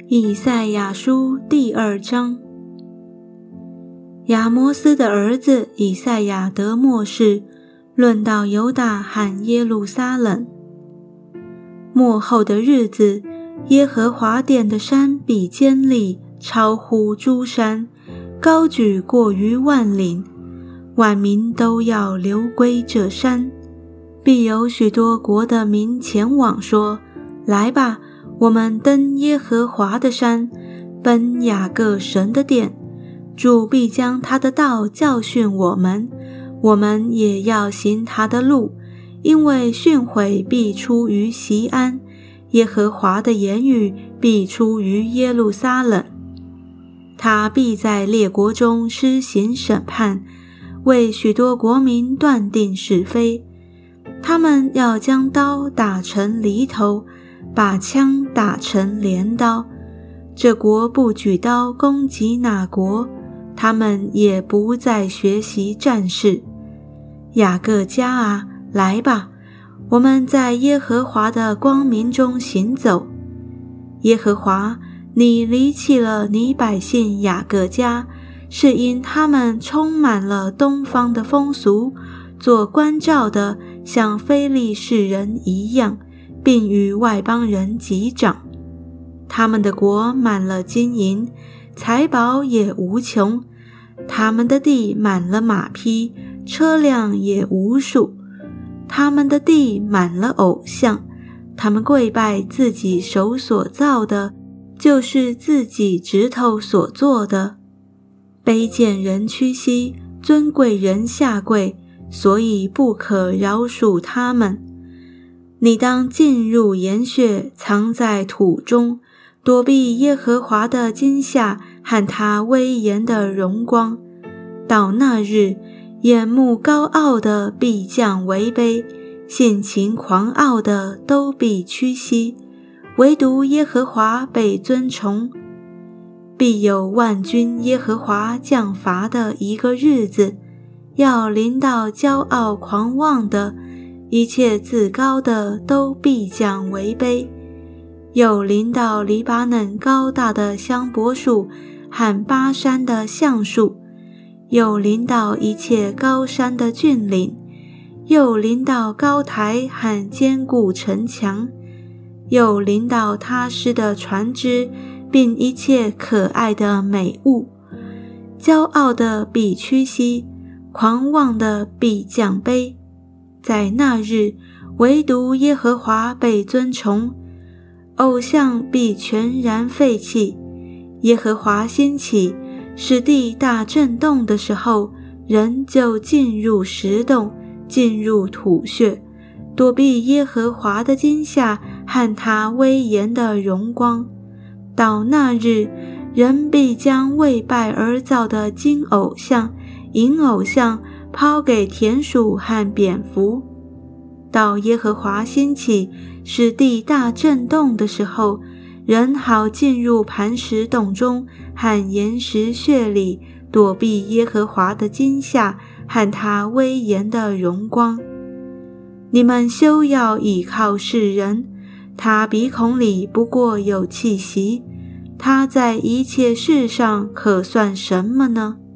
以赛亚书第2章。亚摩斯的儿子以赛亚得末世，论到犹大和耶路撒冷。末后的日子，耶和华殿的山必坚立，超乎诸山，高举过于万岭，万民都要流归这山。必有许多国的民前往说：来吧，我们登耶和华的山，奔雅各神的殿。主必将他的道教训我们，我们也要行他的路，因为训诲必出于锡安，耶和华的言语必出于耶路撒冷。他必在列国中施行审判，为许多国民断定是非。他们要将刀打成犁头，把枪打成镰刀。这国不举刀攻击那国，他们也不再学习战事。雅各家啊，来吧，我们在耶和华的光明中行走。耶和华，你离弃了你百姓雅各家，是因他们充满了东方的风俗，做关照的像非利士人一样，并与外邦人击掌。他们的国满了金银，财宝也无穷，他们的地满了马匹，车辆也无数。他们的地满了偶像，他们跪拜自己手所造的，就是自己指头所做的。卑贱人屈膝，尊贵人下跪，所以不可饶恕他们。你当进入岩穴，藏在土中，躲避耶和华的惊吓和他威严的荣光。到那日，眼目高傲的必降为卑，性情狂傲的都必屈膝，唯独耶和华被尊崇。必有万军耶和华降罚的一个日子，要临到骄傲狂妄的，一切自高的都必降为卑。又临到黎巴嫩高大的香柏树和巴山的橡树，又临到一切高山的峻岭，又临到高台和坚固城墙，又临到他施的船只，并一切可爱的美物。骄傲的必屈膝，狂妄的必降卑。在那日，唯独耶和华被尊崇，偶像必全然废弃。耶和华兴起，使地大震动的时候，人就进入石洞，进入土穴，躲避耶和华的惊吓和他威严的荣光。到那日，人必将为拜而造的金偶像、银偶像抛给田鼠和蝙蝠。到耶和华兴起，使地大震动的时候，人好进入磐石洞中和岩石穴里，躲避耶和华的惊吓和他威严的荣光。你们休要倚靠世人，他鼻孔里不过有气息，他在一切事上可算什么呢？